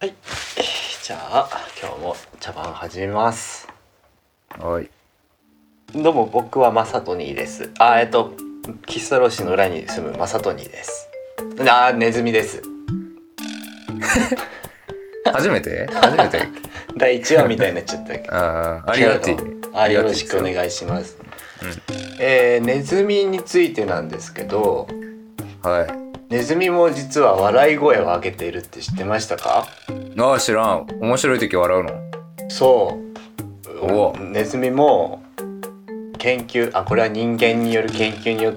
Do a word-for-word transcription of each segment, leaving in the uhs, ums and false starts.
はい、じゃあ今日も茶番始めます。 はい。 どうも、僕はマサトニーです。あ、えっとキスタロシの裏に住むマサトニーです。あ、ネズミです。 初めて初めてだいいちわみたいになっちゃったけどああ、ありがとう。 あ、よろしくお願いします。うん、えー、ネズミについてなんですけど、 はい。 ネズミも実は笑い声を上げているって知ってましたか？ ああ、知らん。面白い時笑うの？ そう。 おネズミも研究、あ、これは人間による研究によって、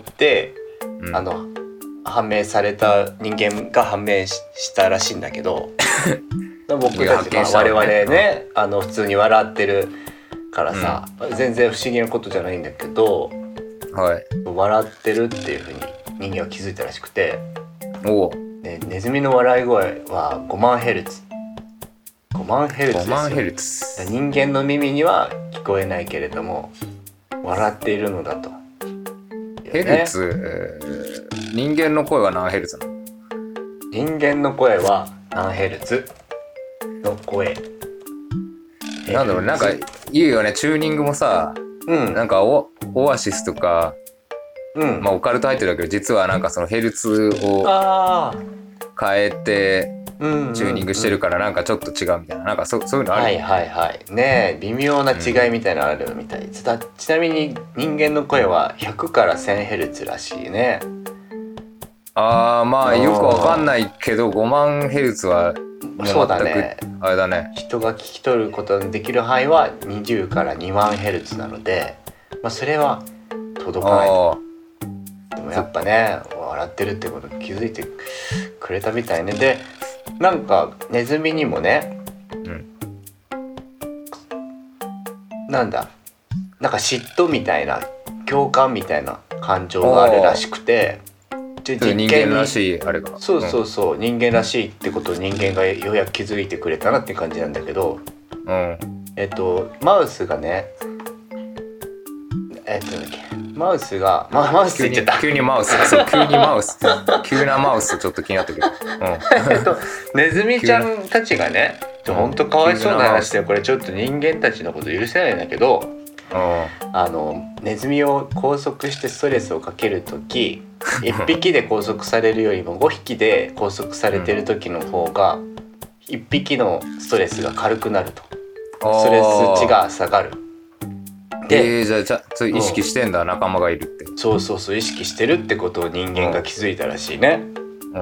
うん、あの判明された人間が判明 し, したらしいんだけど僕たち、まあ、我々ね、うん、あの普通に笑ってるからさ、うん、全然不思議なことじゃないんだけど、 はい、 笑ってるっていう風に人間は気づいたらしくて、 おね、ネズミの笑い声はごまんヘルツごまんヘルツですよ。 ごまんヘルツ。 人間の耳には聞こえないけれども笑っているのだと、ね、 ヘルツ、えー、人間の声は何ヘルツなの？ 人間の声は何ヘルツの声。 なんだろう、なんかいいよね、チューニングもさ、うん、なんか オ, オアシスとか、うん、まあオカルト入ってるけど、実はなんかそのヘルツを変えてチューニングしてるからなんかちょっと違うみたいな、なんか そ, そういうのある。 はいはいはいねえ、微妙な違いみたいなのあるみたい、うん、ちなみに人間の声はひゃくからせんヘルツらしいね。 あー、まあよくわかんないけどごまんヘルツはそうだね、 あれだね。 人が聞き取ることのできる範囲はにじゅうからにまんヘルツなので、まあ、それは届かないと。でもやっぱね、笑ってるってことに気づいてくれたみたいね。で、なんかネズミにもね、うん、なんだ、なんか嫉妬みたいな、共感みたいな感情があるらしくて、 人間らしいあれが、 そうそうそう、うん、人間らしいってことを人間がようやく気づいてくれたなって感じなんだけど、うん、えっとマウスがね、えっとだっけマウスが、ま、マウスって言っちゃった。 急にマウス、そう急にマウス、急なマウスちょっと気になったけど、うん、えっとネズミちゃんたちがね、ほんとかわいそうな話で、これちょっと人間たちのこと許せないんだけど、うん、あのネズミを拘束してストレスをかけるとき、いっぴきで拘束されるよりもごひきで拘束されてる時の方がいっぴきのストレスが軽くなると、ストレス値が下がる。 で、えー、じゃあじゃあ意識してんだ、うん、仲間がいるって。 そうそうそう、意識してるってことを人間が気づいたらしいね、うん、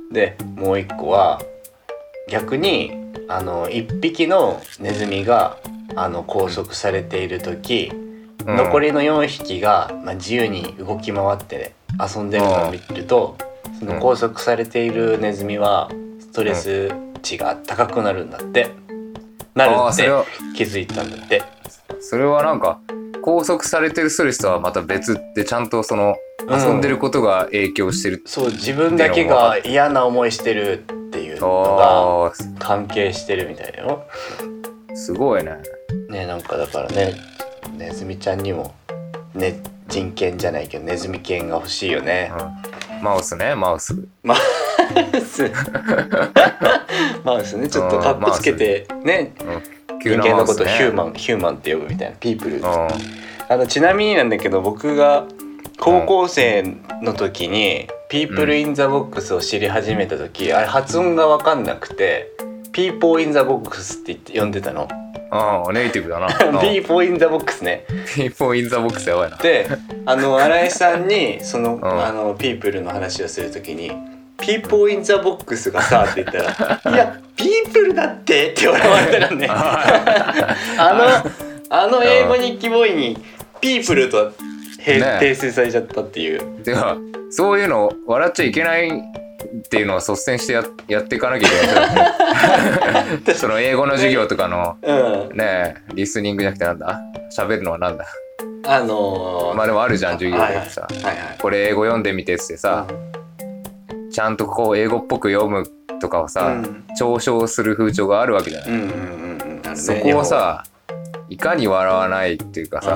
でもう一個は逆に、あのいっぴきのネズミがあの拘束されている時、うん、残りのよんひきが、まあ、自由に動き回って遊んでるのを見ると、その拘束されているネズミはストレス値が高くなるんだって、なるって気づいたんだって。 それはなんか拘束されてるストレスとはまた別で、ちゃんとその遊んでることが影響してる、うん、 そう、自分だけが嫌な思いしてるっていうのが関係してるみたいだよ。 すごいね。 ね、なんかだからね、ネズミちゃんにもね、人権じゃないけどネズミ犬が欲しいよね、 うん、マウスね、マウスマウスマウスね、ちょっとカッコつけてね、うん、人間のことをヒューマン、ヒューマンって呼ぶみたいな、ピープル、うん、あのちなみになんだけど、僕が高校生の時に、うん、ピープルインザボックスを知り始めた時、あれ発音が分かんなくてピーポーインザボックスって言って呼んでたの。 ああ、ネイティブだな。 ピーポーインザボックスね。 ピーポーインザボックスやばいな。 で、あの新井さんにその、うん、あのピープルの話をするときに、ピーポーインザボックスがさって言ったら、いやピープルだってって笑われたらね。あのあの英語日記ボーイにピープルと訂正されちゃったっていう。 ではそういうの笑っちゃいけないっていうのを率先して や, やっていかなきゃいけない。その英語の授業とかの、うん、ねえ、リスニングじゃなくてなんだ、喋るのはなんだ、 あのー、 まあでもあるじゃん、授業でさ、はいはいはいはい、これ英語読んでみてってさ、うん、ちゃんとこう英語っぽく読むとかをさ、うん、嘲笑する風潮があるわけじゃない、うんうんうんうん、そこをさ、いかに笑わないっていうかさ、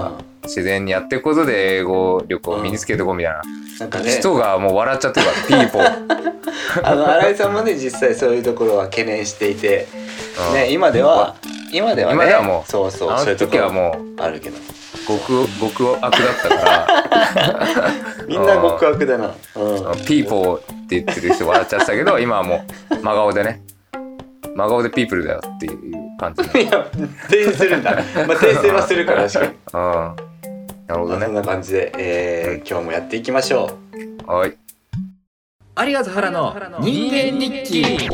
自然にやっていくことで英語力を身につけていこうみたいな、 うん、なんかね、 人がもう笑っちゃってるからピーポーあの新井さんもね実際そういうところは懸念していて、うん、ね、今では今ではね今ではもうそうそう、 あの時はもうあるけど極極悪だったからみんな極悪だな、うん、 ピーポーって言ってる人笑っちゃってたけど今はもう真顔でね真顔でピープルだよっていう感じいや訂正するんだまあ訂正はするから確かに、うん、 なるほどね、 まあ、そんな感じで、えー、今日もやっていきましょう。はい、 有賀原の人間日記。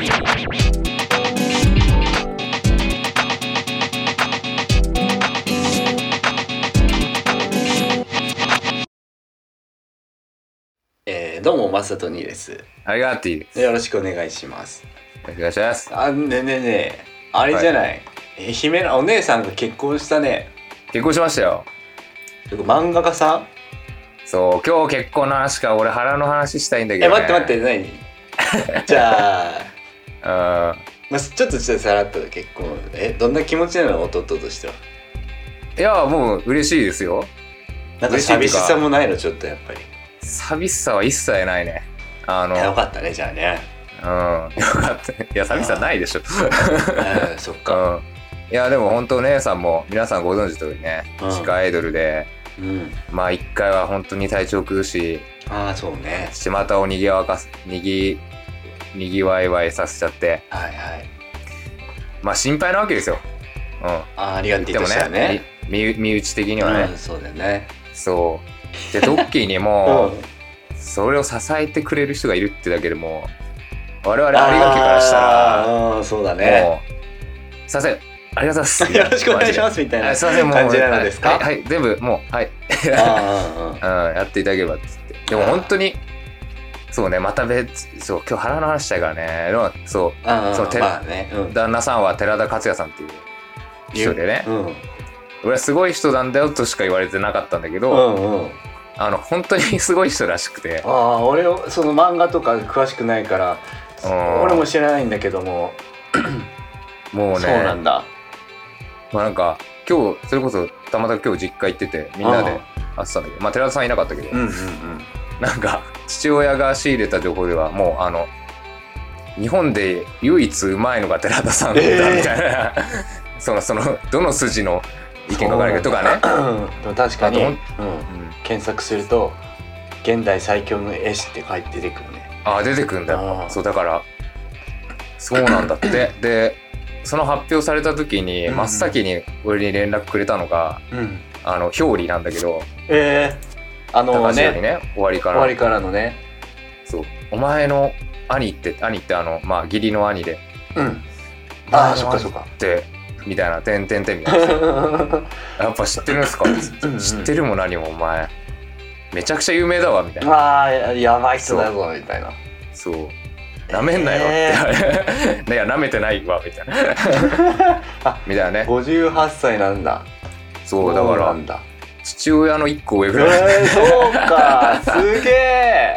えー、どうもマサトニーです。 ありがとう。 よろしくお願いします。 お願いします。 あ、ねねねあれじゃない、はい、え姫のお姉さんが結婚したね。 結婚しましたよ。 漫画家さん。 そう、今日結婚の話か俺腹の話したいんだけど、ね、 え待って待って何じゃああ、 まあ、ちょっとちょっとさらっと結婚えどんな気持ちなの弟としては。 いやもう嬉しいですよ。 なんか寂しさもないのちょっとやっぱり。 寂しさは一切ないね。あのよかったねじゃあね。 うんよかった。いや寂しさないでしょ。 あそっか、 うん。いやでも本当姉さんも皆さんご存知通りね、うん、地下アイドルで、うん、まあ一回は本当に体調崩し、 ああそうね、 巷をにぎわかすにぎにぎわいわいさせちゃって、 はいはい、 まあ心配なわけですよ。うん。あありがとうとしたね。 身身内的にはね、 うん、そうだよね。 そうでドッキーにも、うん、それを支えてくれる人がいるってだけでも我々有賀家からしたら、 あそうだね、もうすいませんありがとうございますよろしくお願いしますみたいなすいませんもう感じなのですか。 はい、はい、全部もうはいああ、うん、やっていただければっつって。でも本当にそうねまた別そう今日腹の話したいからねそうそう、まあねうん、旦那さんは寺田克也さんっていう人でね、うん、俺はすごい人なんだよとしか言われてなかったんだけど、うんうん、あの本当にすごい人らしくて、 ああ俺その漫画とか詳しくないから、うん、俺も知らないんだけどももうねそうなんだ。 まあなんか今日それこそたまたま今日実家行っててみんなで会ってたんだけど、まあ寺田さんいなかったけど、うんうんうん、なんか父親が仕入れた情報ではもうあの日本で唯一うまいのが寺田さんだみたいな、えー、そのそのどの筋の意見が分かるけどとかね、 でも確かに、うんうん、検索すると現代最強の絵師って書いて出てくるね。 ああ出てくるんだよ。そうだからそうなんだってでその発表された時に真っ先に俺に連絡くれたのが、うん、あの表裏なんだけど、 えー、あのねね終わりから終わりからのねそうお前の兄って兄ってあのまあ義理の兄で、 うん、ああそっかそっかってみたいなてんてんてんみたいなやっぱ知ってるんですか知ってるも何もお前めちゃくちゃ有名だわみたいな。 ああやばい人だぞみたいな。 そうなめんなよって、えー、いやなめてないわみたいなみたいなね。 ごじゅうはっさいなんだ。 そうだから父親のいっこ上ぐらい、 えー、そうかすげえ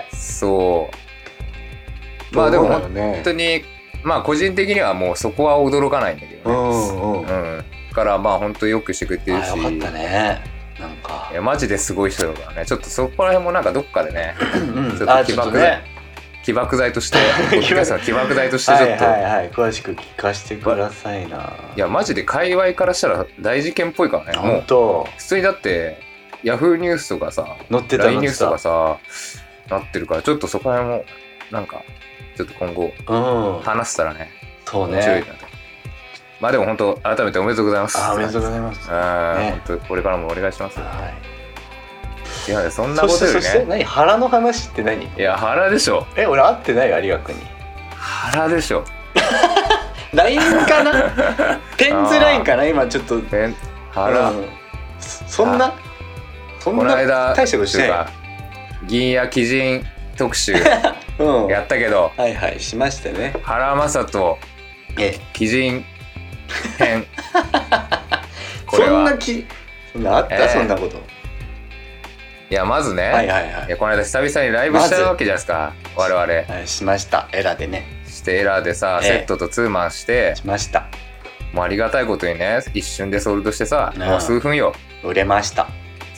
そうまあでも本当にまあ個人的にはもうそこは驚かないんだけどね、うんうんうん、からまあ本当によくしてくれてるし。 あよかったね。なんかいやマジですごい人だからね。ちょっとそこら辺もなんかどっかでねうん、 ちょっと起爆剤、ね、起爆剤として起爆剤としてちょっとはいはい、はい、詳しく聞かせてくださいな。 いやマジで界隈からしたら大事件っぽいからね。 本当もう普通にだってヤフーニュースとかさ載ってたライン ニュースとかさなってるからちょっとそこら辺もなんかちょっと今後話せたらね、 うん、そうね面白いなと。まあでも本当改めておめでとうございます。 あおめでとうございます。 あ、ね、本当これからもお願いします。はい。いやそんなことよりね。 そして何腹の話って何？ いや腹でしょ。 え俺会ってないよ有賀君に。 腹でしょ。 ライン かな？ペンズラインかな今ちょっと。 ペン腹、うん、 そんなそんな大したことしてない。 銀や鬼人特集うん、やったけど、 はいはいしましたね。 原正人鬼人編これはそんなきそんなあった、えー、そんなこと。 いやまずね、 はいはいはい、 いやこの間久々にライブしたわけじゃないですか、ま、我々、 はい、しましたエラでねしてエラでさ、えー、セットとツーマンしてしました。 もうありがたいことにね一瞬でソールドしてさ、うん、もう数分よ売れました。 そ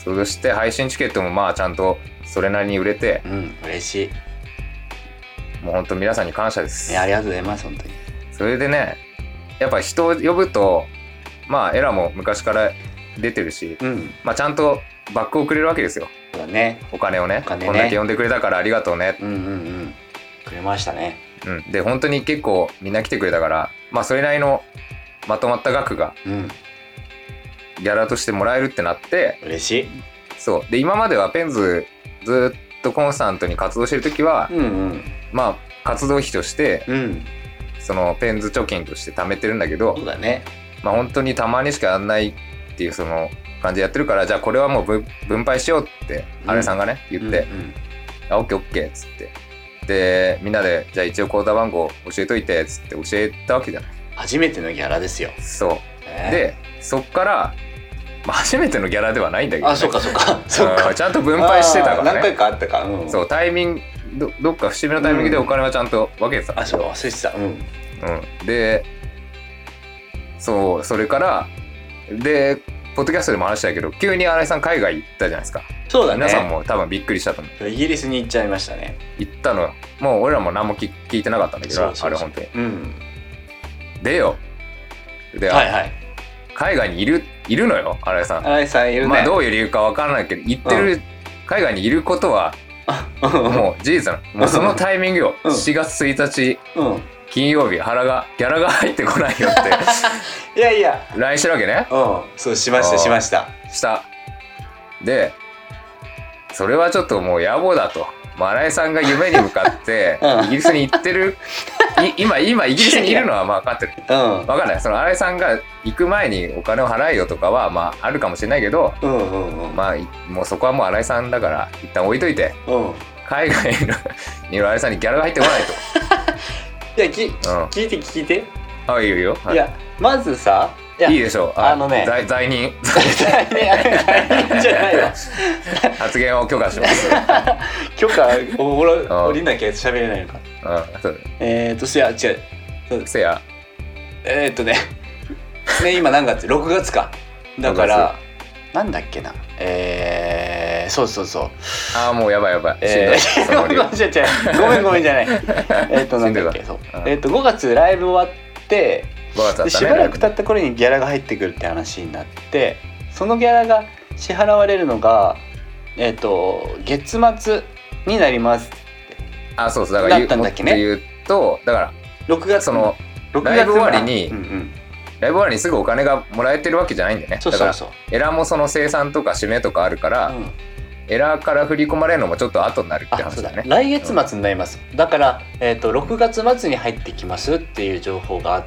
そして配信チケットもまあちゃんとそれなりに売れて、 うん、嬉しい。もう本当皆さんに感謝です。 いや、ありがとうございます、本当に。 それでね、やっぱ人を呼ぶと、まあエラも昔から出てるし、うん、まあちゃんとバックをくれるわけですよ。 そうだね。 お金をね。 お金ね。 こんだけ呼んでくれたからありがとうね。 うんうんうん。くれましたね。 うん。で、本当に結構みんな来てくれたから、まあそれなりのまとまった額が、うん、ギャラとしてもらえるってなって、 嬉しい。 そう。で、今まではペンズずっとコンスタントに活動してる時は、うんうん、まあ活動費として、うん、そのペンズ貯金として貯めてるんだけど、 そうだね。 まあ本当にたまにしかやんないっていうその感じでやってるから、じゃあこれはもう分配しようって新井さんがね、うん、言って、うんうん、あ、オッケーオッケーっつって、でみんなでじゃあ一応口座番号教えといてっつって教えたわけじゃない。 初めてのギャラですよ。 そう、えー、でそっから、まあ、初めてのギャラではないんだけど、ね、 あ、そっかそっかそっか、 ちゃんと分配してたからね。 何回かあったか、うん、 そう、タイミング ど, どっか節目のタイミングでお金はちゃんと分けてた、うん、 あ、そう忘れてた、うん、 うん、でそうそれからでポッドキャストでも話したけど、急に新井さん海外行ったじゃないですか。 そうだね。 皆さんも多分びっくりしたと思う。 イギリスに行っちゃいましたね。 行ったのよ。もう俺らも何も 聞, 聞いてなかったんだけど、そうそうそう、あれ本当に、うん、でよで、はいはい、海外にいるいるのよ新井さん。 新井さんいるね。 まあどういう理由か分からないけど、行ってる、うん、海外にいることはもう事実なの。もうそのタイミングよ、うん、しがつついたち、うん、金曜日、腹がギャラが入ってこないよっていやいやライン してるわけね。 うん、そうしましたしましたしたで、それはちょっともう野暮だと。新井さんが夢に向かってイギリスに行ってる今今イギリスにいるのはまあ分かってる、うん、分かんない。その新井さんが行く前にお金を払えよとかはまああるかもしれないけど、うんうんうん、まあもうそこはもう新井さんだから一旦置いといて、うん、海外のにいる新井さんにギャラが入ってこないといやき、うん、聞いて聞いて。 あ、いいよいいよ、はい、 いやまずさ、いやいいでしょう。 あのね、 罪罪人罪人じゃないわ発言を許可します許可を降りなきゃ喋れないのか。 ああ、そう。 えーっとせや違うせやえー、っとねね今何月？ろくがつか。だからなんだっけな、えー、そうそうそう。 ああ、もうやばいやばい、 えー、ごめんごめんごめんじゃないえっとなんだっけ、そう、えー、っとごがつライブ終わってでしばらく経った頃にギャラが入ってくるって話になって、そのギャラが支払われるのが、えー、と月末になりますって。 あ、そうそう、だからなったんだっけね。 言うとだからろくがつそのライブ終わりに、うんうん、ライブ終わりにすぐお金がもらえてるわけじゃないんだよね。 そうそうそう。 だからエラーもその生産とか締めとかあるから、うん、エラーから振り込まれるのもちょっと後になるって話だね。 だ来月末になります、うん、だから、えー、とろくがつ末に入ってきますっていう情報があって、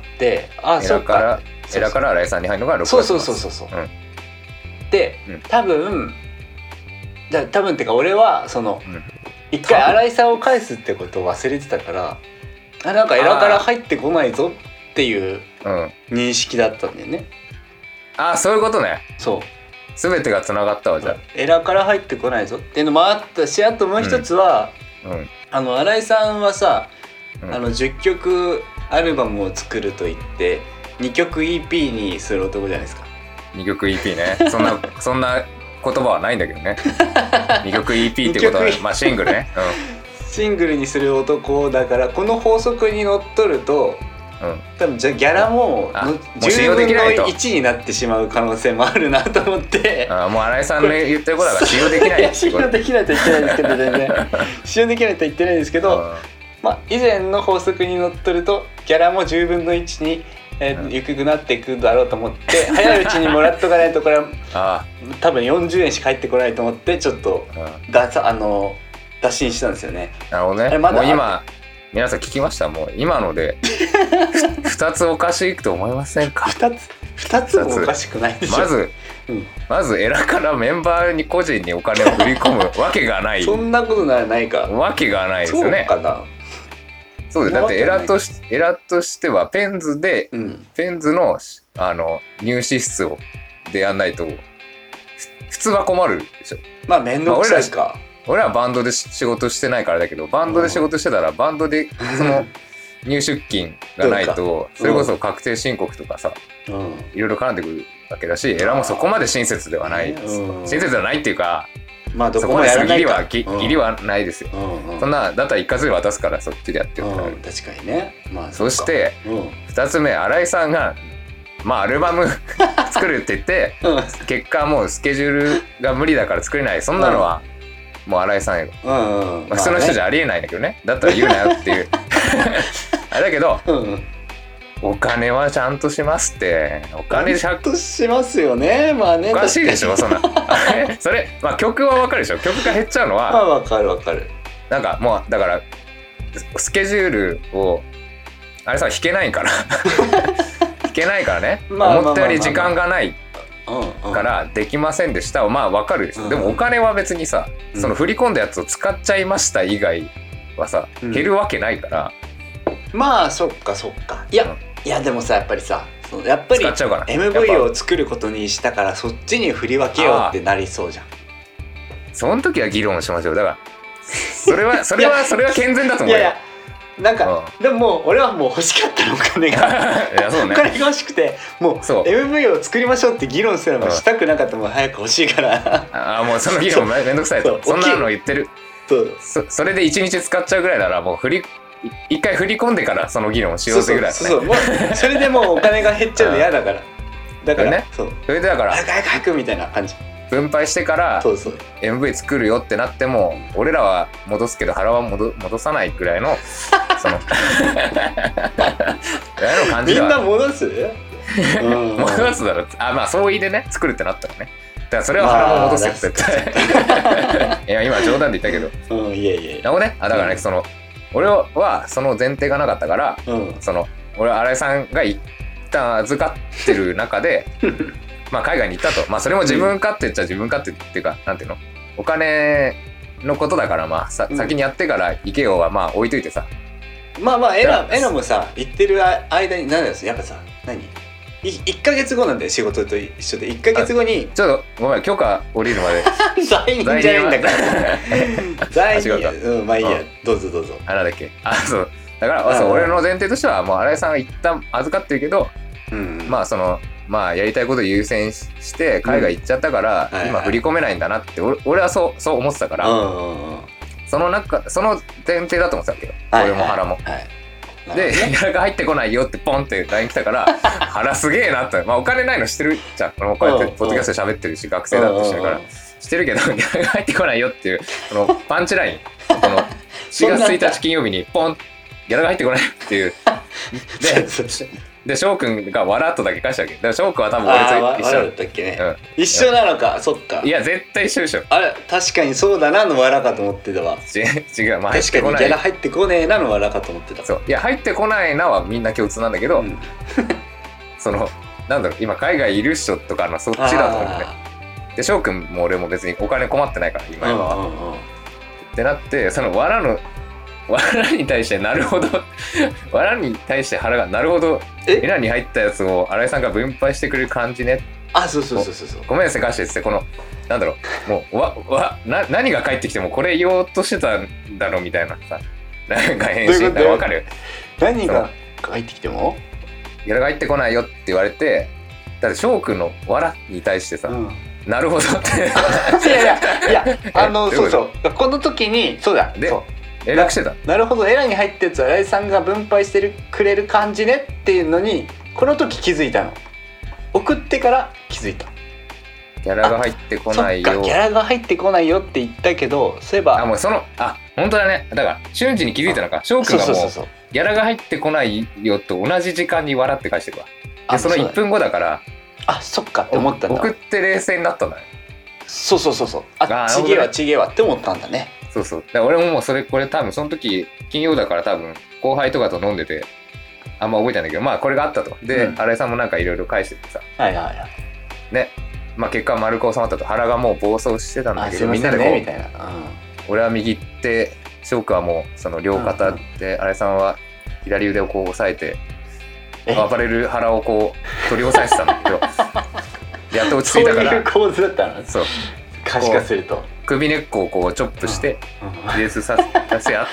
あ、 エラーからエラーから新井さんに入るのがろくがつ末。 そうそうそうそうそう、うん、で、うん、多分だ多分ってか俺はその、うん、一回新井さんを返すってことを忘れてたから、あ、なんかエラーから入ってこないぞっていう認識だったんだよね。 ああ、そういうことね。 そう、 全てがつながったわ。じゃあエラーから入ってこないぞっていうのもあったし、あともう一つは、うんうん、あの新井さんはさ、うん、あのじゅっきょくアルバムを作ると言ってにきょく イーピー にする男じゃないですか。 にきょく イーピー ね。そんなそんな言葉はないんだけどねにきょく イーピー ってことはまあシングルね、 うん、シングルにする男だから、この法則にのっとると、うん、多分じゃギャラもじゅうぶんのいちになってしまう可能性もあるなと思って、 あ、もう新井さんの言ってることだから信用できない信用できないと言ってないんですけど全然信用できないと言ってないんですけど、うん、まあ以前の法則にのっとるとギャラもじゅうぶんのいちに、えー、ゆくゆくなっていくだろうと思って、うん、早いうちにもらっとかないとこれはあ多分よんじゅうえんしか返ってこないと思って、ちょっとだあの打診したんですよね。 なるほどね。まだもう今皆さん聞きました？もう今のでふたつおかしいと思いませんか？ ふたつふたつもおかしくないでしょ。 まず、うん、まずエラからメンバーに個人にお金を振り込むわけがないそんなことならないか。 わけがないですよね。 そうかな。 そうで、だってエラとしエラとしてはペンズで、うん、ペンズのあの入資室をでやんないと普通は困るでしょ。 まあ面倒くさいか。 俺らはバンドで仕事してないからだけど、バンドで仕事してたらバンドでその入出金がないとそれこそ確定申告とかさ、うん、いろいろ絡んでくるわけだし、エラもそこまで親切ではないです、うん、親切ではないっていうか、まあ、どこまでする義理は、義理はないですよ、うんうん、そんなだったら一括で渡すからそっちでやってよってなる、うん、 確かにね、まあ、 そしてふたつめ、新井さんがまあアルバム作るって言って、うん、結果もうスケジュールが無理だから作れない、そんなのはもう新井さんよ、うんうん、まあ、普通の人じゃありえないんだけどね、だったら言うなよっていうあれだけど、うんうん、お金はちゃんとしますって、お金ちゃんとしますよね、まあね、 おかしいでしょそんなそれ、まあ、曲は分かるでしょ、曲が減っちゃうのはまあ分かる分かる、 なんかもうだからスケジュールをあれさ弾けないから弾けないからね、思ったより時間がないからできませんでしたはまあ分かるでしょ、うん、でもお金は別にさ、うん、その振り込んだやつを使っちゃいました以外はさ、うん、減るわけないから、 まあそっかそっか、いや、うん、いやでもさやっぱりさそのやっぱり エムブイ を作ることにしたからそっちに振り分けようってなりそうじゃん。 その時は議論しましょう。だからそれはそれはそれは健全だと思うよ。いやいやなんか、うん、でももう俺はもう欲しかったのお金がいやそう、ね、お金が欲しくてもう エムブイ を作りましょうって議論すらもしたくなかった、もう早く欲しいからああもうその議論めんどくさいと そ, そんなの言ってる そ, そ, それでいちにち使っちゃうぐらいならもう振り一回振り込んでからその議論をしようってぐらい、ね、そうそうそうそうもうそれでもうお金が減っちゃうの嫌だからだからね、そうそれでだから早く早く早くみたいな感じ分配してからそうそう エムブイ 作るよってなっても俺らは戻すけど原は 戻, 戻さないくらいのそのぐらいの感じではみんな戻す戻すだろあまあそう言いでね作るってなったらねだからそれは原も戻すよ絶対いや今冗談で言ったけど、うん、いやいやいやねあだからね、うん、その俺はその前提がなかったから、うん、その俺は新井さんが一旦預かってる中でまあ海外に行ったと、まあそれも自分勝手っちゃ自分勝手っていうかなんていうのお金のことだからまあさ、うん、先にやってから行けよはまあ置いといてさまあまあエナエナもさ行ってる間に何ですやっぱさ何いいっかげつごなんだよ仕事と一緒でいっかげつごにちょっとごめん許可降りるまで在任じゃないんだから在任うんまあいいや、うん、どうぞどうぞあなんだっけあそうだからそう俺の前提としてはもう新井さんが一旦預かってるけど、うん、まあそのまあやりたいことを優先して海外行っちゃったから、うん、今振り込めないんだなって俺、俺はそうそう思ってたから、うんうんうん、その中その前提だと思ってたわけよ、はいはい、俺も原も、はいで、ギャラが入ってこないよってポンって ライン 来たから腹すげえなって、まあ、お金ないの知ってるじゃんこうやってポッドキャストで喋ってるし学生だってしてるから知ってるけどギャラが入ってこないよっていうこのパンチラインこのしがつついたち金曜日にポンギャラが入ってこないっていうでで翔くんが笑っただけ返したわけだから翔くんは多分俺と一緒だったっけね、 うん、一緒なのかそっかいや絶対一緒でしょあれ確かにそうだなの笑かと思ってたわ違う、まあ、 確かにギャラ入ってこねえなの笑かと思ってたそういや入ってこないなはみんな共通なんだけど、うん、そのなんだろう今海外いる人とかのそっちだと思ってで翔くんも俺も別にお金困ってないから今は、うんうんうん、ってなってその笑の藁に対してなるほど藁に対して腹がなるほどエラに入ったやつを新井さんが分配してくれる感じねあそうそうそうそうごめんせかしてってこのなんだろうもうわわな何が返ってきてもこれ言おうとしてたんだろうみたいなさなんか返信が分かる何が返ってきてもギャラが入ってこないよって言われてだって翔くんの藁に対してさ、うん、なるほどっていやいやいやあのそうそうこの時にそうだでそう連絡してたな, なるほどエラに入ったやつは新井さんが分配してるくれる感じねっていうのにこの時気づいたの送ってから気づいたギャラが入ってこないよそっかギャラが入ってこないよって言ったけどそういえばあもうそのあ本当だねだから瞬時に気づいたのか翔くんがもうギャラが入ってこないよと同じ時間に笑って返してるわでそのいっぷんごだからあそっかって思ったんだ送って冷静になったんだねそうそうそうそうあちげえわちげえわって思ったんだねそうそうだ俺ももうそれこれ多分その時金曜だから多分後輩とかと飲んでてあんま覚えてないんだけどまあこれがあったとで、うん、新井さんもなんかいろいろ返しててさはいはいはいねまあ結果丸く収まったと原がもう暴走してたんだけど、ね、みんなでこうみたいな、うん、俺は右手翔くんはもうその両肩で、うん、新井さんは左腕をこう押さえて暴れる原をこう取り押さえてたんだけどやっと落ち着いたからそういう構図だったのそう可視化すると首根っこをこうチョップしてレースさせあと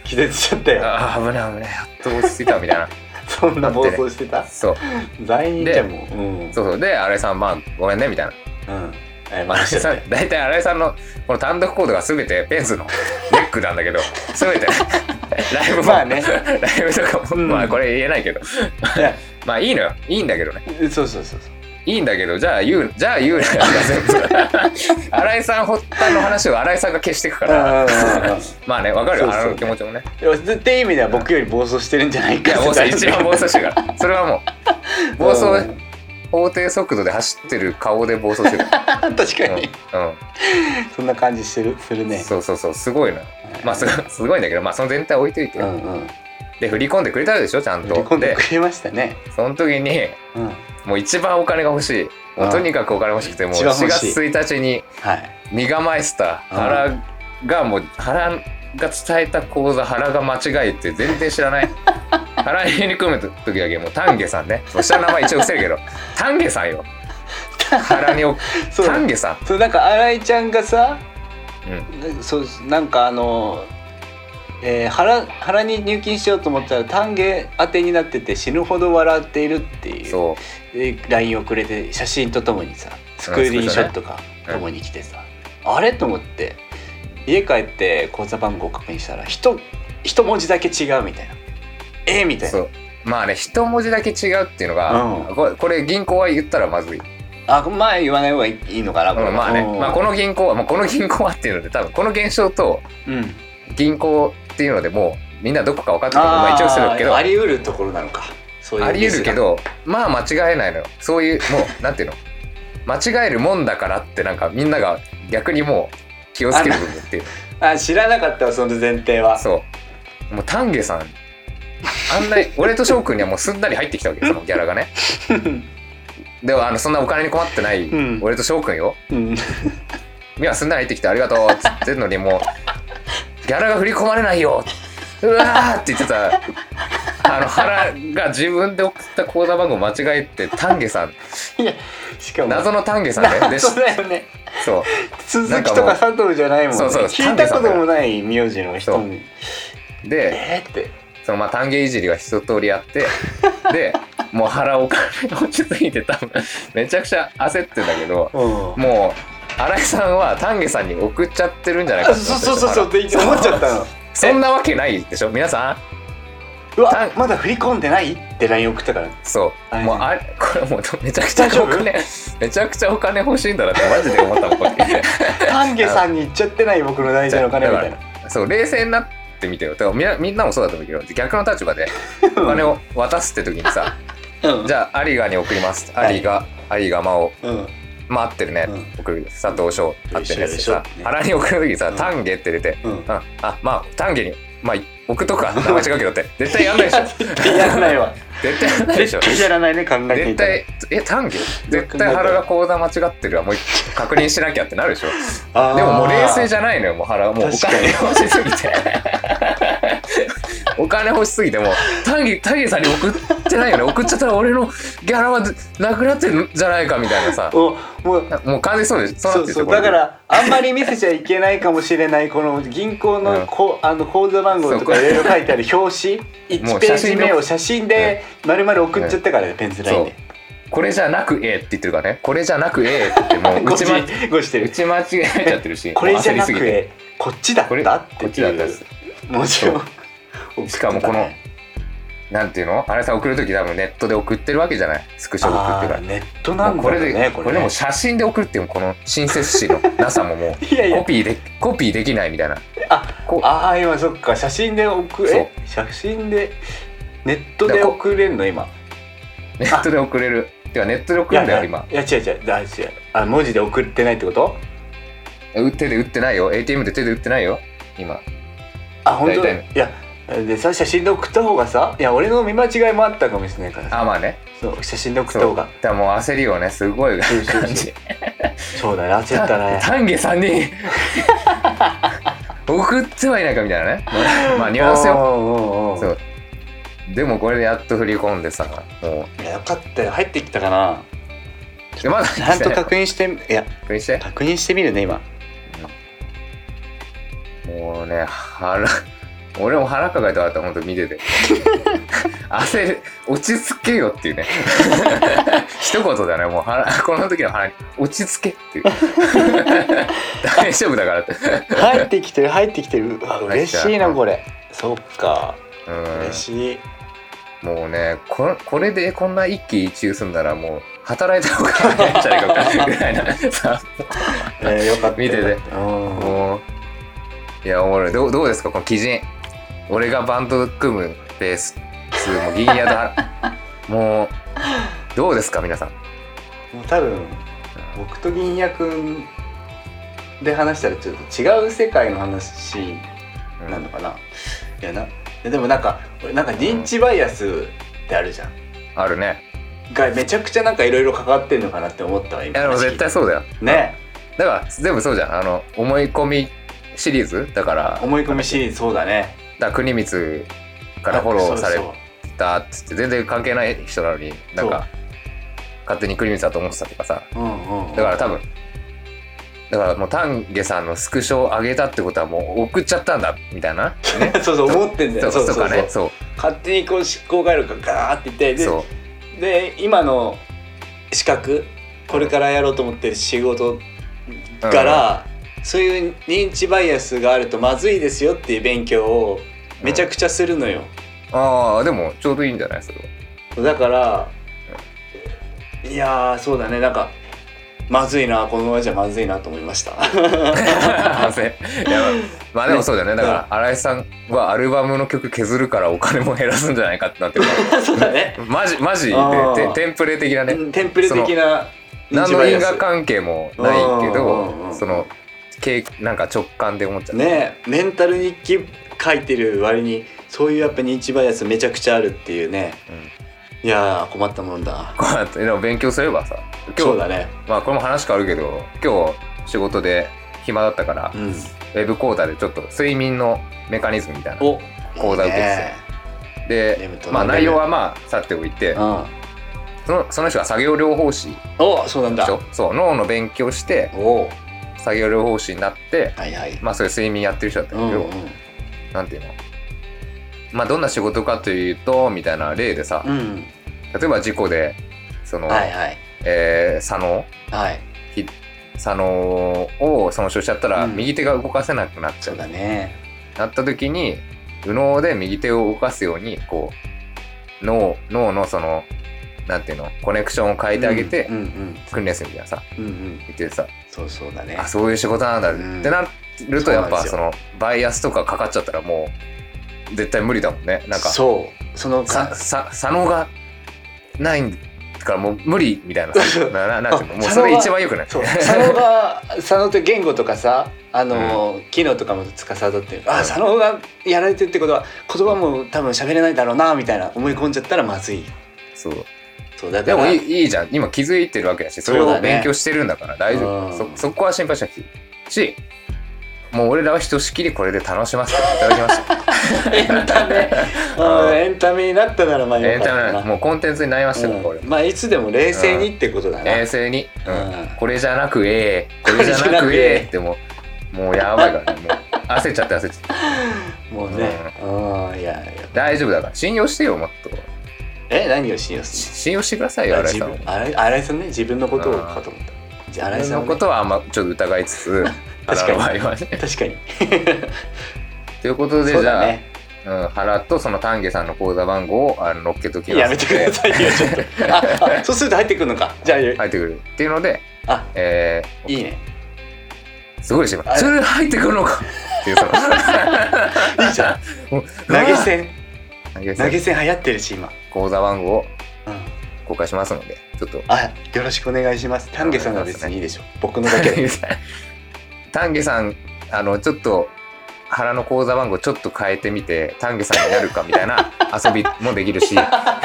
気絶しちゃったよ。 あ危ない危ないやっと落ち着いたみたいなそんな暴走してた、ね、 そう罪人じゃんもう、 うん、そうそうで新井さんまあごめんねみたいな、 うん新井さん大体新井さんのこの単独コードが全てペンスのネックなんだけど全てライブも、まあね、ライブとかも、うん、まあこれ言えないけどまあいいのよいいんだけどねそうそうそうそういいんだけどじゃあ言うじゃあ言うなよ全部新井さん発端の話を新井さんが消していくからまあねわかるよあの気持ちもねっていう意味では僕より暴走してるんじゃないかいや一番暴走してるからそれはもう暴走法定速度で走ってる顔で暴走してる確かに、 うん、うん、 そんな感じしてるするねそうそうそうすごいな、まあすすごいんだけどまあその全体置いといて、うんうん、で振り込んでくれたでしょちゃんと振り込んでくれましたねその時に、うんもう一番お金が欲しいもうとにかくお金欲しくてもうしがつついたちに身構えした原がもう原が伝えた口座原が間違えって全然知らない原に入り込む時だけもう丹下さんね下の名前一応伏せるけど丹下さんよ原に丹下さんそうなんか新井ちゃんがさ、うん、そうなんかあのえー、原, 原に入金しようと思ったら丹下宛てになってて死ぬほど笑っているっていうそう ライン をくれて写真とともにさスクリーンショットがともに来てさ、うん、あれと思って家帰って口座番号確認したら一文字だけ違うみたいなえー、みたいなそうまあね一文字だけ違うっていうのが、うん、こ, れこれ銀行は言ったらまずいあまあ言わない方がいいのかな、 うん、まあね、まあ、この銀行は、まあ、この銀行はっていうので多分この現象と銀行っていうのでもうみんなどこか分かってると思う、まあ、一応するけどあり得るところなのかそういうあり得るけどまあ間違えないのよそういうもうなんていうの間違えるもんだからってなんかみんなが逆にもう気をつける部分っていうああ知らなかったわその前提はそうもう丹下さんあんな俺と翔くんにはもうすんなり入ってきたわけそのギャラがねでもあのそんなお金に困ってない、うん、俺と翔くんよ、うん、みはすんなり入ってきてありがとうっつってんのにもうギャラが振り込まれないようわーって言ってたあの原が自分で送った口座番号間違えて丹下さんいやしかも謎の丹下さんね謎だよねそう鈴木とか佐藤じゃないもんねそうそう聞いたこともない名字の人にで、えー、ってそのまあ丹下いじりが一通りあってでもう原お金落ちすぎて多分めちゃくちゃ焦ってんだけど、うん、もう新井さんは丹下さんに送っちゃってるんじゃないかとそうそうそうそうって思っちゃったのそんなわけないでしょ皆さんうわまだ振り込んでないって ライン 送ったからそうもうあれこれもうめちゃくちゃお金めちゃくちゃお金欲しいんだなってマジで思ったもんこれ丹下さんに言っちゃってない僕の大事なお金みたいなそう冷静になってみてよみんなみんなもそうだと思うけど逆の立場でお金を渡すって時にさ、うん、じゃあ有賀に送ります有賀有賀真央、うんまあ合ってるね、うん、送る佐藤翔合ってるやつでさ原に送る時にさ丹下って出て、うん、あ, あまあ丹下にまあ送っとくか名前違うけどって絶対やんないでしょ絶対やらないわ絶対やんないでしょ絶対やらないね考えて絶対え丹下絶対原が口座間違ってるわもう確認しなきゃってなるでしょでももう冷静じゃないのよもう原はもうお金欲しすぎてお金欲しすぎてもう丹下丹下さんに送ってないよね送っちゃったら俺のギャラはなくなってるんじゃないかみたいなさもうもう完全にそうでそうなってるそうそうだからあんまり見せちゃいけないかもしれないこの銀行のこ、うん、あの口座番号とかいろいろ書いてある表紙いちページ目を写真で丸々送っちゃったからね、うん、ペンスラインでこれじゃなく A って言ってるからねこれじゃなく A ってもう打ち間違えちゃってるしこれじゃなく A こっちだったってこっちだったですもちろんしかもこのなんていうのあれさ送るとき多分ネットで送ってるわけじゃないスクショで送ってるからネットなんだよねこれでこれでも写真で送るっていうこの親切心のなさももういやいやコピーでコピーできないみたいなああ今そっか写真で送え写真でネットで送れるの今ネットで送れるてかネットで送るんだよ今いや違う違う大事あ文字で送ってないってこと手で打ってないよ エーティーエム で手で打ってないよ今あ本当いやでさ写真で送った方がさいや俺の見間違いもあったかもしれないからさあまあねそう写真で送った方がだからもう焦りをねすごい感じそうそうだね焦ったね丹下さんに送ってはいないかみたいなねまあニュアンスよそうでもこれでやっと振り込んでさもういやよかったよ入ってきたかなまだちゃんと確認していや確認して確認してみるね今、 うん、もうね腹俺も腹抱えて笑った本当見てて焦る落ち着けよっていうね一言だねもう腹この時の腹に落ち着けっていう大丈夫だからって入ってきてる入ってきてる嬉しいなこれそっかうん嬉しいもうね こ, これでこんな一喜一憂すんならもう働いた方が早いんじゃないかぐらいなさえー、よかった見ててもういやおもろいどうどうですかこの鬼人俺がバンド組むベースもう銀矢だもうどうですか皆さんもう多分僕と銀矢くんで話したらちょっと違う世界の話なのかな、うん、いやなでもなんか俺なんか認知バイアスってあるじゃん、うん、 あるねがめちゃくちゃなんかいろいろ関わってんのかなって思ったわ今いやでも絶対そうだよねだから全部そうじゃんあの思い込みシリーズだから思い込みシリーズそうだねだから国光からフォローされたっつって全然関係ない人なのになんか勝手に国光だと思ってたとかさ、うんうんうん、だから多分だからもう丹下さんのスクショを上げたってことはもう送っちゃったんだみたいな、ね、 そうそう思ってんだよそうそうそうそうねそう勝手にこう思考回路がガーっていってでそうで今の資格これからやろうと思ってる仕事から、うん、そういう認知バイアスがあるとまずいですよっていう勉強をめちゃくちゃするのよ、 うん、ああでもちょうどいいんじゃないそれはだから、うん、いやそうだねなんかまずいなこのままじゃまずいなと思いましたいやまあでもそうだよねだから新井さんはアルバムの曲削るからお金も減らすんじゃないかってなってるそうだねマジマジでテンプレ的なねテンプレ的な何の因果関係もないけどそのなんか直感で思っちゃうねメンタル日記書いてる割にそういうやっぱ認知バイアスめちゃくちゃあるっていうね、うん、いや困ったもんだ困ったでも勉強すればさ今日そうだねまあこれも話変わるけど今日仕事で暇だったから、うん、ウェブ講座でちょっと睡眠のメカニズムみたいな講座受けててでまあ内容はまあさておいて、うん、そのその人が作業療法士おそうなんだそう脳の勉強して作業療法士になって、はいはい、まあそういう睡眠やってる人だったんだけど、うんうん、なんていうのまあどんな仕事かというとみたいな例でさ、うん、例えば事故でその、はいはいえー、左脳、はい、左脳を損傷しちゃったら右手が動かせなくなっちゃう、うん、そうだねなった時に右脳で右手を動かすようにこう脳脳のそのなんていうのコネクションを変えてあげて訓練するみたいなさ、うんうん、言ってさそうそうだねあそういう仕事なんだってなるとやっぱそのバイアスとかかかっちゃったらもう絶対無理だもんねなんかそうそのささ左脳がないんからもう無理みたいななななんていうのもうそれ一番よくない左脳が左脳って言語とかさあの、うん、機能とかも司ってるあ左脳がやられてるってことは言葉も多分喋れないだろうなみたいな思い込んじゃったらまずいそうそうだからでもいい、いいじゃん今気づいてるわけだしそれを勉強してるんだから大丈夫 そ,、ね、そ, そこは心配しなくていいしもう俺らはひとしきりこれで楽しませていただきましたエンタメエンタメになったならまあよかったなエンタメもうコンテンツになりましたよ、 うん、 これまあいつでも冷静にってことだな、 うん、冷静に、うんうん、これじゃなくええこれじゃなくええってもうもうやばいからねもう焦っちゃって焦っちゃってもうね、うん、いやいや大丈夫だから信用してよもっとえ何を信用する信用してくださいよ新井さん新井さんね自分のことをかと思ったじゃあ新井さんのことはあんまちょっと疑いつつ確かに、ね、確かにということでじゃあ、ねうん、原とその丹下さんの口座番号をあの載っけときますやめてくださいよちょっとああそうすると入ってくるのかじゃあ入ってくるっていうのであ、えー、いいねすごいしまそれ入ってくるのかっていうそのいいじゃん投げ銭投げ銭流行ってるし今口座番号を公開しますので、うん、ちょっとあよろしくお願いします丹下さんは別にいいでしょ僕のだけで丹下さんあのちょっと原の口座番号ちょっと変えてみて丹下さんになるかみたいな遊びもできるし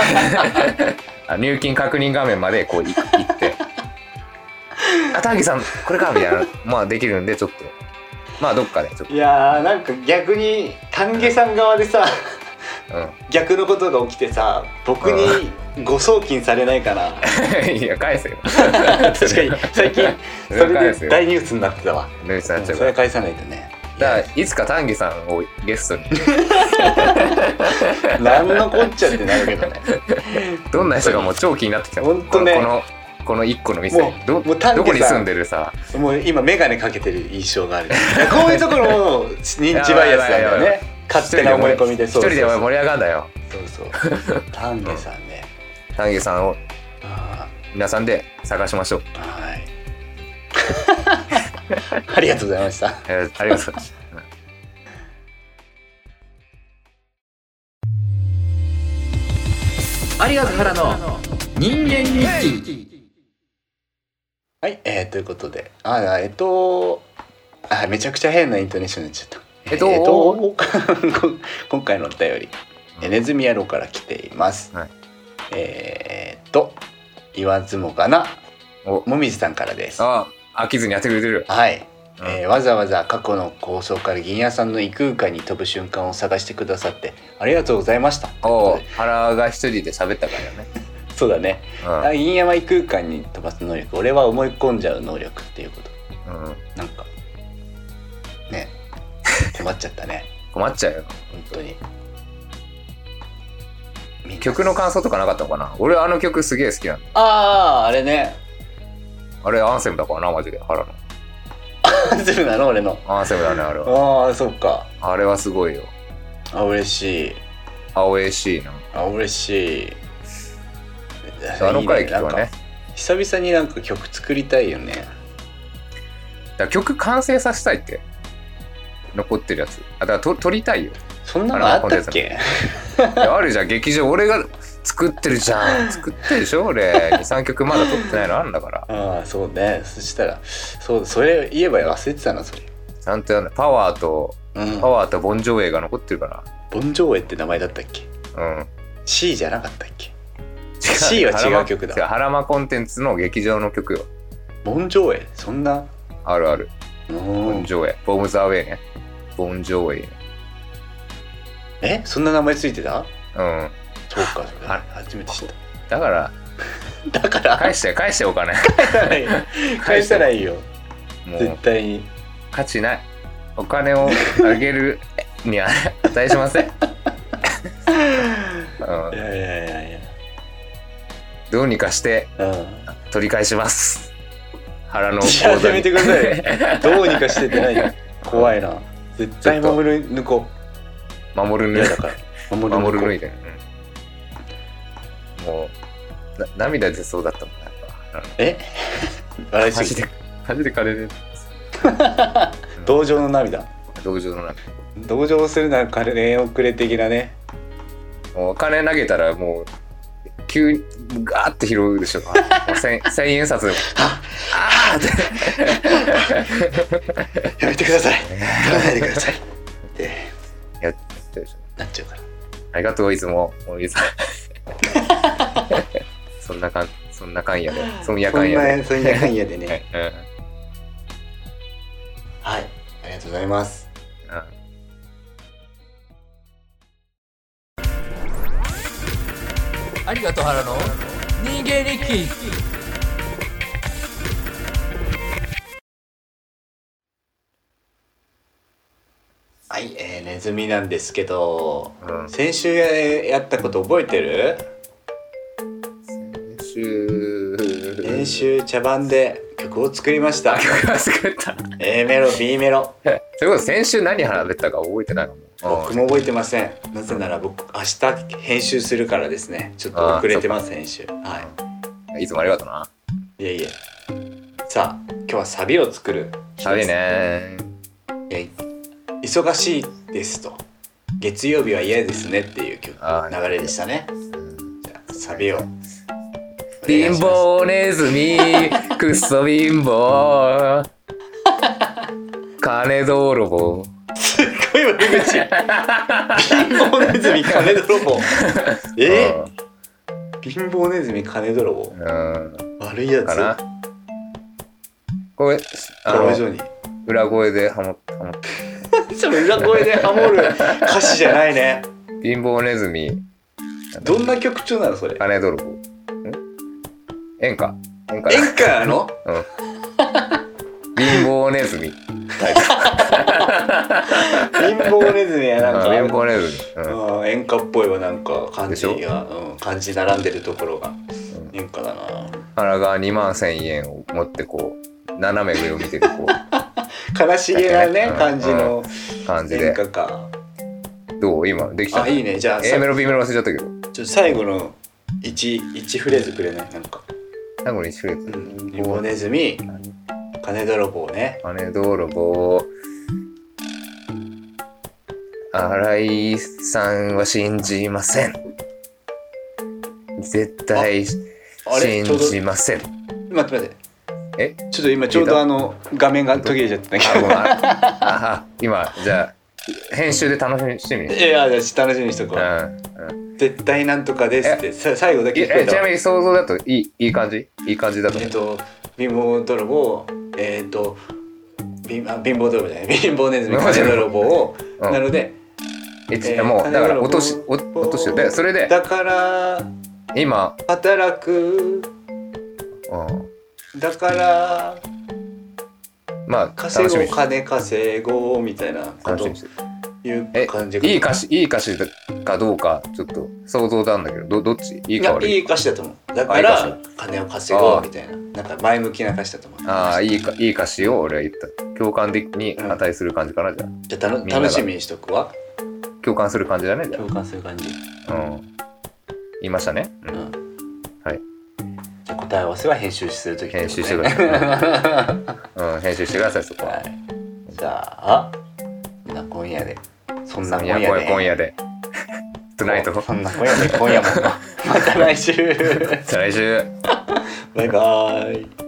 入金確認画面までこう行ってあ丹下さんこれかみたいなまあできるんでちょっとまあどっかでちょっといやーなんか逆に丹下さん側でさ、うん、逆のことが起きてさ僕に誤送金されないかな、 うん、いや返せよ確かに最近それで大ニュースになってたわニュースになっちゃうそれ返さないとねだからいつか丹下さんをゲストに何のこっちゃってなるけどねどんな人がもう超気になってきた。 本当ね、 このこの一個の店もうどもう丹下さんどこに住んでるさ、 もう今眼鏡かけてる印象があるこういうところも認知バイアスなんだよね勝手な思い込みで。 一人で盛り上がるんだよ。 そうそう丹下さんね、 丹下さんを皆さんで探しましょう。 はいありがとうございました。 えー、ありがとうございました。 有賀原の人間日記。 はい、えー、ということで、あ、えっとあめちゃくちゃ変なイントネーションになっちゃった。 えっと、 えっと、今回のお便り、うん、ネズミ野郎から来ています。はい、えー、っと言わずもがなもみじさんからです。 ああ、飽きずにやってくれてる。 はい、うん、えー、わざわざ過去の放送から銀屋さんの異空間に飛ぶ瞬間を探してくださってありがとうございました。 お原が一人で喋ったからねそうだね、うん、銀山異空間に飛ばす能力、俺は思い込んじゃう能力っていうこと、うん、なんかね困っちゃったね困っちゃうよ本当に。 曲の感想とかなかったのかな。俺あの曲すげえ好きなんだ。 あああれね、 あれアンセムだからなマジで原のアンセムなの俺の。 アンセムだねあれは。 ああそっか。 あれはすごいよ。 あ嬉しい。 あ嬉しいな。 あ嬉しい。 あの回聞くわね。 久々になんか曲作りたいよね。だから曲完成させたいって残ってるやつ。あだからと撮りたいよ。 そんなのあったっけ？ あるじゃん劇場。俺が作ってるじゃん。作ってるでしょ俺。にさんきょくまだ撮ってないのあるんだから。 ああそうね。そしたらそうそれ言えば忘れてたなそれ。 ちゃんとやんない。パワーと、うん、パワーとボンジョーエが残ってるから。 ボンジョーエって名前だったっけ？うん。C じゃなかったっけ？C は違う曲だ。 ハラマコンテンツの劇場の曲よ。 ボンジョーエそんなあるある。ボンジョーエ。ボムザーウェイね。ボンジョーエ。 えそんな名前ついてた？うん。そうか。初めて知った。 だから。 だから返して返してお金。 返したらいいよ。もう絶対に価値ない。お金をあげるには値しません。 うん、いやいやいやいや。 どうにかして、うん、取り返します。腹の口座に。やめてください。どうにかしてってない怖いな。絶対守る抜こう。守る抜いだから。 守る抜いてる。うん、もうな涙出そうだったもんやっぱ。 え？笑いすぎて。 マジで金で。 同情の涙。 同情の涙。 同情するなら金をくれ的なね。 もう金投げたらもう急にガーって拾うでしょ。千, 千円札でもああってやめてください。取らないでください。ってやってるでしょ。 なっちゃうから。 ありがとういつもおいさん。そんなかんそんなかんやで。そんやかんやで。 そんなかんやでね。うん、はい、ありがとうございます。うんありがとう原の人間日記。 はい、えー、ネズミなんですけど、うん、先週 や, やったこと覚えてる？ 先週先週茶番で曲を作りました。 曲を作った。 A メロ B メロ。 そういうこと先週何話したか覚えてないの？ 僕も覚えてません。なぜなら僕明日編集するからですね。ちょっと遅れてます編集。はい。 いつもありがとうな。 いえいえ。さあ今日はサビを作る。 サビね。 え忙しいですと。月曜日は嫌ですねっていう曲流れでしたね。じゃあサビを。 貧乏ネズミクソ貧乏金泥棒。 すっごい悪口。貧乏ネズミ金泥棒。えー、貧乏ネズミ金泥棒。悪いやつかな。 これあの裏声でハモってハモって。 それ裏声でハモる歌詞じゃないね。 貧乏ネズミ。 どんな曲調なのそれ？ 金泥棒。演歌。 演歌。演歌なの？ うん。貧乏ネズミ。タイ貧乏ネズミはなんか貧乏ネズミ、 うん、演歌っぽいわなんか漢字が、うん、漢字並んでるところが、うん、演歌だな。 腹がにまんせんえんを持ってこう斜め上を見てるこう悲しげなね、うん、感じの感じで演歌か。 どう今できた？ あ、いいね。じゃあ A メロ B メロ忘れちゃったけど、 ちょ最後の 1, 1フレーズくれない？なんか最後のいちフレーズ、 うん、貧乏ネズミ金泥棒ね。 金泥棒。新井さんは信じません。絶対信じません。 待って待って。 え？ ちょっと今ちょうどあの画面が途切れちゃったんだけど。 ああ今じゃあ編集で楽しみにしてみる。 いや楽しみにしとこう。うんうん、絶対なんとかですって最後だけ聞こえた。 ちなみに想像だといいいい感じ？いい感じだと。 えっと貧乏泥棒えっと貧乏泥棒じゃない貧乏ネズミ金泥棒を、うん、なので。 えー、もうだから落とし落としでそれでだから今働く、 うん、 だからまあ稼ごう金稼ごうみたいなこという感じ。 いい歌詞いい歌詞かどうかちょっと想像なんだけど ど, どっちいいか悪い？ いい歌詞だと思う。だから金を稼ごうみたいななんか前向きな歌詞だと思う。 ああいいかいい歌詞を俺は言った。共感的に値する感じかな、うん、じゃあ。 じゃあたの楽しみにしとくわ。 共感する感じだね。じゃあ共感する感じ。 うん。言いましたね。うん。うん、はい。 じゃあ答え合わせは編集するとき、ね。 編集してください。うん、編集してくださいそこは。はい、 じゃあ、な今夜で。そんな今夜で。 今夜で。トゥナイト。 そんな今夜で今夜も。また来週。 来週。 バイバーイ。